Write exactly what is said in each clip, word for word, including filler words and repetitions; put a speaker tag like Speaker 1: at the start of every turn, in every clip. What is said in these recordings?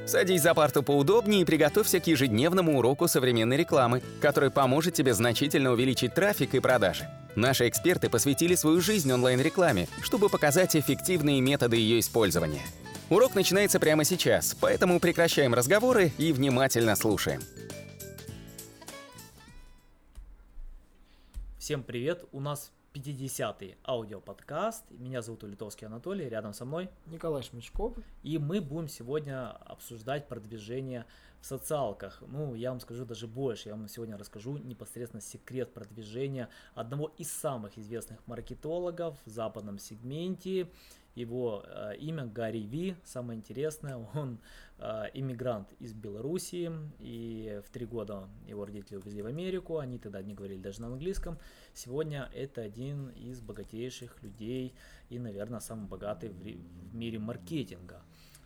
Speaker 1: Садись за парту поудобнее и приготовься к ежедневному уроку современной рекламы, который поможет тебе значительно увеличить трафик и продажи. Наши эксперты посвятили свою жизнь онлайн-рекламе, чтобы показать эффективные методы ее использования. Урок начинается прямо сейчас, поэтому прекращаем разговоры и внимательно слушаем.
Speaker 2: Всем привет! У нас пятидесятый аудиоподкаст. Меня зовут Улитовский Анатолий, рядом со мной
Speaker 3: Николай Шмычков.
Speaker 2: И мы будем сегодня обсуждать продвижение в социалках. Ну, я вам скажу даже больше. Я вам сегодня расскажу непосредственно секрет продвижения одного из самых известных маркетологов в западном сегменте. Его э, имя Гарри Ви. Самое интересное, он э, иммигрант из Белоруссии, и в три года его родители увезли в Америку, они тогда не говорили даже на английском. Сегодня это один из богатейших людей и, наверное, самый богатый в, в мире маркетинга.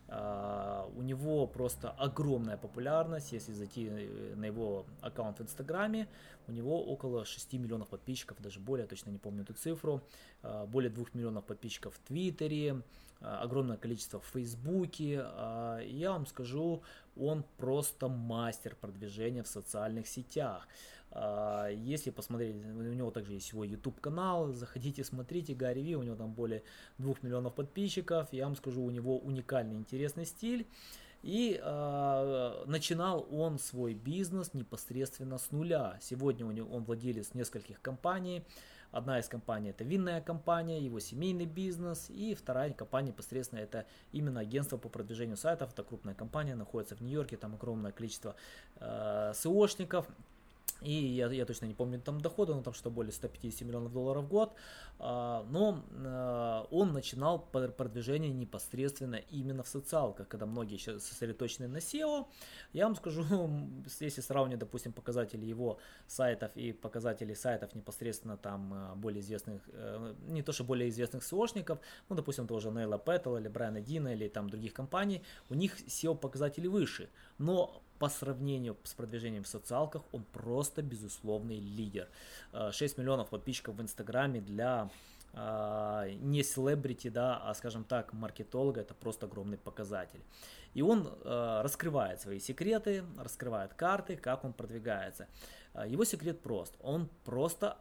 Speaker 2: Uh, у него просто огромная популярность. Если зайти на его аккаунт в Инстаграме, у него около шести миллионов подписчиков, даже более, точно не помню эту цифру, uh, более двух миллионов подписчиков в Твиттере, uh, огромное количество в Фейсбуке. Uh, я вам скажу, он просто мастер продвижения в социальных сетях. Uh, если посмотреть, у него также есть свой YouTube канал, заходите, смотрите, Гарри Ви, у него там более двух миллионов подписчиков. Я вам скажу, у него уникальный, интересный стиль. И э, начинал он свой бизнес непосредственно с нуля. Сегодня у него, он владелец нескольких компаний. Одна из компаний это винная компания, его семейный бизнес. И вторая компания непосредственно это именно агентство по продвижению сайтов. Это крупная компания, находится в Нью-Йорке, там огромное количество э, эс и о-шников. И я, я точно не помню там дохода, но там что более ста пятидесяти миллионов долларов в год. А, но а, он начинал продвижение непосредственно именно в социалках, когда многие сейчас сосредоточены на сео. Я вам скажу, если сравнивать, допустим, показатели его сайтов и показатели сайтов непосредственно там более известных, не то что более известных эс и о-шников, ну, допустим, тоже Нейла Пэттл или Брайана Дина или там других компаний, у них сео показатели выше. Но по сравнению с продвижением в социалках он просто безусловный лидер. шесть миллионов подписчиков в Инстаграме для э, не селебрити, да, а, скажем так, маркетолога, это просто огромный показатель. И он э, раскрывает свои секреты, раскрывает карты, как он продвигается. Его секрет прост. Он просто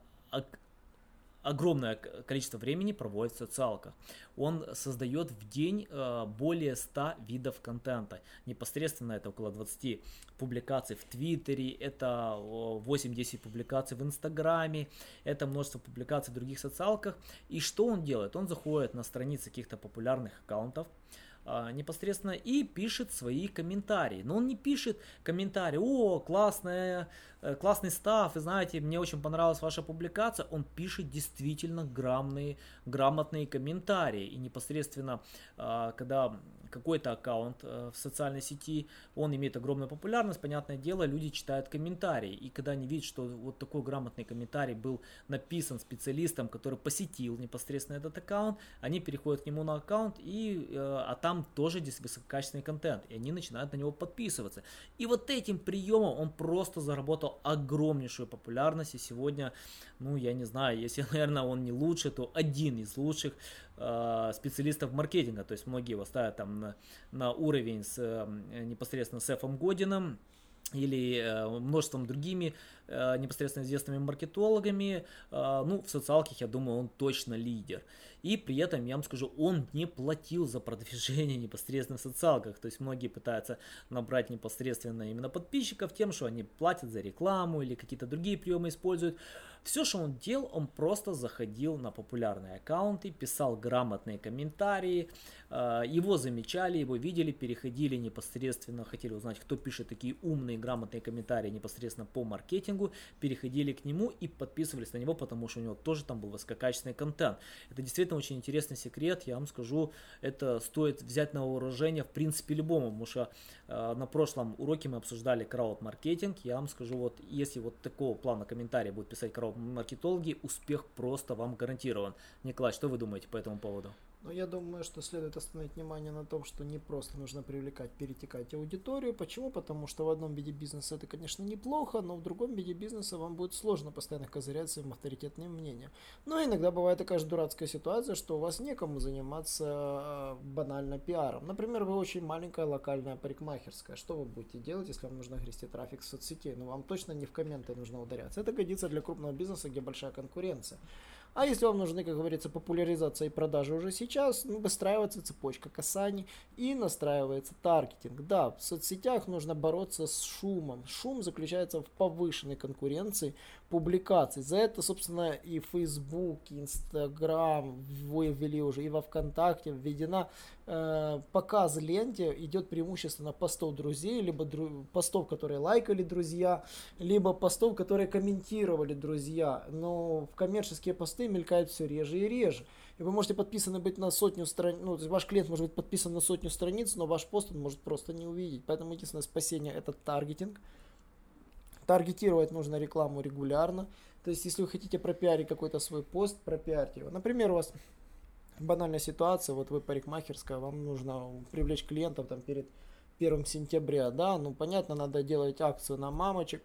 Speaker 2: огромное количество времени проводит в социалках. Он создает в день э, более ста видов контента. Непосредственно это около двадцати публикаций в Твиттере, это восемь-десять публикаций в Инстаграме, это множество публикаций в других социалках. И что он делает? Он заходит на страницы каких-то популярных аккаунтов, непосредственно и пишет свои комментарии. Но он не пишет комментарии: о, классная, классный став, вы знаете, мне очень понравилась ваша публикация. Он пишет действительно грамотные, грамотные комментарии. И непосредственно, когда какой-то аккаунт в социальной сети, он имеет огромную популярность, понятное дело, люди читают комментарии. И когда они видят, что вот такой грамотный комментарий был написан специалистом, который посетил непосредственно этот аккаунт, они переходят к нему на аккаунт, и, а там тоже здесь высококачественный контент, и они начинают на него подписываться. И вот этим приемом он просто заработал огромнейшую популярность, и сегодня, ну, я не знаю, если, наверное, он не лучший, то один из лучших э, специалистов маркетинга, то есть многие его ставят там на, на уровень с э, непосредственно с Сефом Годином или э, множеством другими э, непосредственно известными маркетологами. Э, ну, в социалках, я думаю, он точно лидер. И при этом, я вам скажу, он не платил за продвижение непосредственно в социалках. То есть многие пытаются набрать непосредственно именно подписчиков тем, что они платят за рекламу или какие-то другие приемы используют. Все, что он делал, он просто заходил на популярные аккаунты, писал грамотные комментарии, э, его замечали, его видели, переходили непосредственно, хотели узнать, кто пишет такие умные, грамотные комментарии непосредственно по маркетингу, переходили к нему и подписывались на него, потому что у него тоже там был высококачественный контент. Это действительно очень интересный секрет, я вам скажу, это стоит взять на вооружение в принципе любому, потому что э, на прошлом уроке мы обсуждали крауд-маркетинг, я вам скажу, вот если вот такого плана комментарии будут писать крауд-маркетологи, успех просто вам гарантирован. Николай, что вы думаете по этому поводу?
Speaker 3: Но я думаю, что следует остановить внимание на том, что не просто нужно привлекать, перетекать аудиторию. Почему? Потому что в одном виде бизнеса это, конечно, неплохо, но в другом виде бизнеса вам будет сложно постоянно козырять своим авторитетным мнением. Но иногда бывает такая же дурацкая ситуация, что у вас некому заниматься банально пиаром. Например, вы очень маленькая локальная парикмахерская. Что вы будете делать, если вам нужно грести трафик в соцсети? Ну, вам точно не в комменты нужно ударяться. Это годится для крупного бизнеса, где большая конкуренция. А если вам нужны, как говорится, популяризация и продажи уже сейчас, ну, выстраивается цепочка касаний и настраивается таргетинг. Да, в соцсетях нужно бороться с шумом. Шум заключается в повышенной конкуренции публикаций. За это, собственно, и Facebook, и Instagram вы ввели уже, и во ВКонтакте введена э, показ ленте, идет преимущественно постов друзей, либо дру, постов, которые лайкали друзья, либо постов, которые комментировали друзья. Но в коммерческие посты мелькает все реже и реже. И вы можете подписаны быть на сотню страниц, ну, ваш клиент может быть подписан на сотню страниц, но ваш пост он может просто не увидеть. Поэтому единственное спасение это таргетинг. Таргетировать нужно рекламу регулярно. То есть, если вы хотите пропиарить какой-то свой пост, пропиарьте его. Например, у вас банальная ситуация, вот вы парикмахерская, вам нужно привлечь клиентов там перед первым сентября, да, ну понятно, надо делать акцию на мамочек.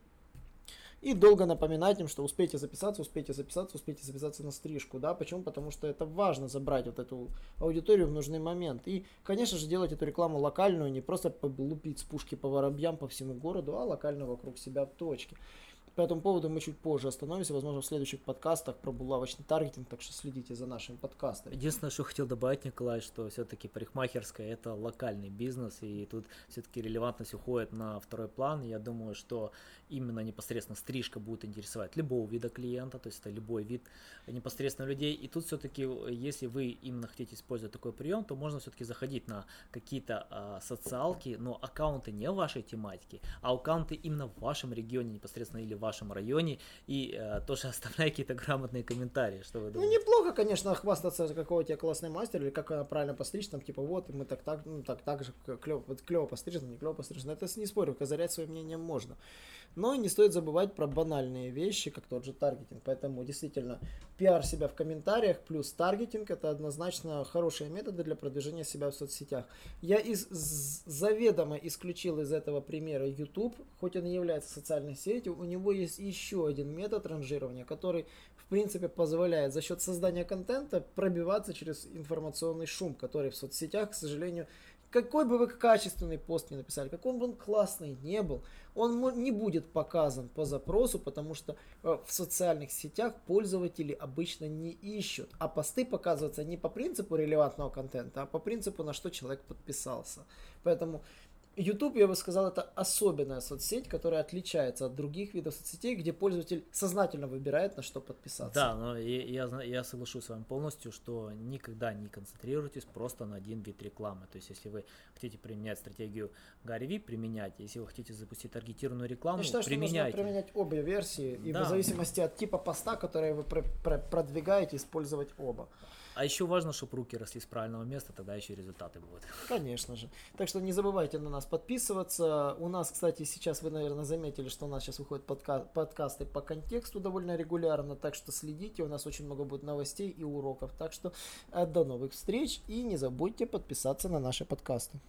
Speaker 3: И долго напоминать им, что успейте записаться, успейте записаться, успейте записаться на стрижку. Да? Почему? Потому что это важно забрать вот эту аудиторию в нужный момент. И, конечно же, делать эту рекламу локальную, не просто лупить с пушки по воробьям по всему городу, а локально вокруг себя в точке. По этому поводу мы чуть позже остановимся, возможно, в следующих подкастах про булавочный таргетинг, так что следите за нашими подкастами.
Speaker 2: Единственное, что хотел добавить, Николай, что все-таки парикмахерская – это локальный бизнес, и тут все-таки релевантность уходит на второй план. Я думаю, что именно непосредственно стрижка будет интересовать любого вида клиента, то есть это любой вид непосредственно людей. И тут все-таки, если вы именно хотите использовать такой прием, то можно все-таки заходить на какие-то а, социалки, но аккаунты не в вашей тематике, а аккаунты именно в вашем регионе непосредственно или в вашем районе, и э, тоже оставляй какие-то грамотные комментарии, что вы думаете.
Speaker 3: Ну, неплохо, конечно, хвастаться, какой у тебя классный мастер, или как правильно постричь, там, типа, вот, мы так, так, ну, так, так же, клево, вот, клево пострижено, не клево пострижено, это не спорю, козырять своим мнением можно. Но не стоит забывать про банальные вещи, как тот же таргетинг, поэтому, действительно, пиар себя в комментариях плюс таргетинг, это однозначно хорошие методы для продвижения себя в соцсетях. Я из, заведомо исключил из этого примера YouTube, хоть он и является социальной сетью, у него есть еще один метод ранжирования, который, в принципе, позволяет за счет создания контента пробиваться через информационный шум, который в соцсетях, к сожалению, какой бы вы качественный пост ни написали, какой бы он классный не был, он не будет показан по запросу, потому что в социальных сетях пользователи обычно не ищут, а посты показываются не по принципу релевантного контента, а по принципу, на что человек подписался. Поэтому YouTube, я бы сказал, это особенная соцсеть, которая отличается от других видов соцсетей, где пользователь сознательно выбирает, на что подписаться.
Speaker 2: Да, но я, я, я соглашусь с вами полностью, что никогда не концентрируйтесь просто на один вид рекламы. То есть, если вы хотите применять стратегию Гарри Ви, применяйте. Если вы хотите запустить таргетированную рекламу,
Speaker 3: я считаю,
Speaker 2: применяйте.
Speaker 3: Что нужно применять обе версии, и
Speaker 2: да.
Speaker 3: в зависимости от типа поста, который вы продвигаете, использовать оба.
Speaker 2: А еще важно, чтобы руки росли с правильного места, тогда еще и результаты будут.
Speaker 3: Конечно же. Так что не забывайте на нас подписываться. У нас, кстати, сейчас вы, наверное, заметили, что у нас сейчас выходят подка- подкасты по контексту довольно регулярно, так что следите, у нас очень много будет новостей и уроков. Так что э, до новых встреч и не забудьте подписаться на наши подкасты.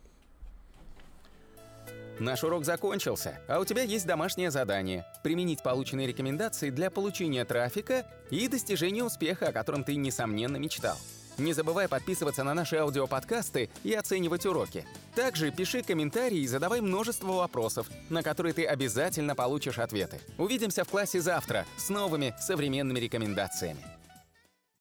Speaker 1: Наш урок закончился, а у тебя есть домашнее задание – применить полученные рекомендации для получения трафика и достижения успеха, о котором ты, несомненно, мечтал. Не забывай подписываться на наши аудиоподкасты и оценивать уроки. Также пиши комментарии и задавай множество вопросов, на которые ты обязательно получишь ответы. Увидимся в классе завтра с новыми современными рекомендациями.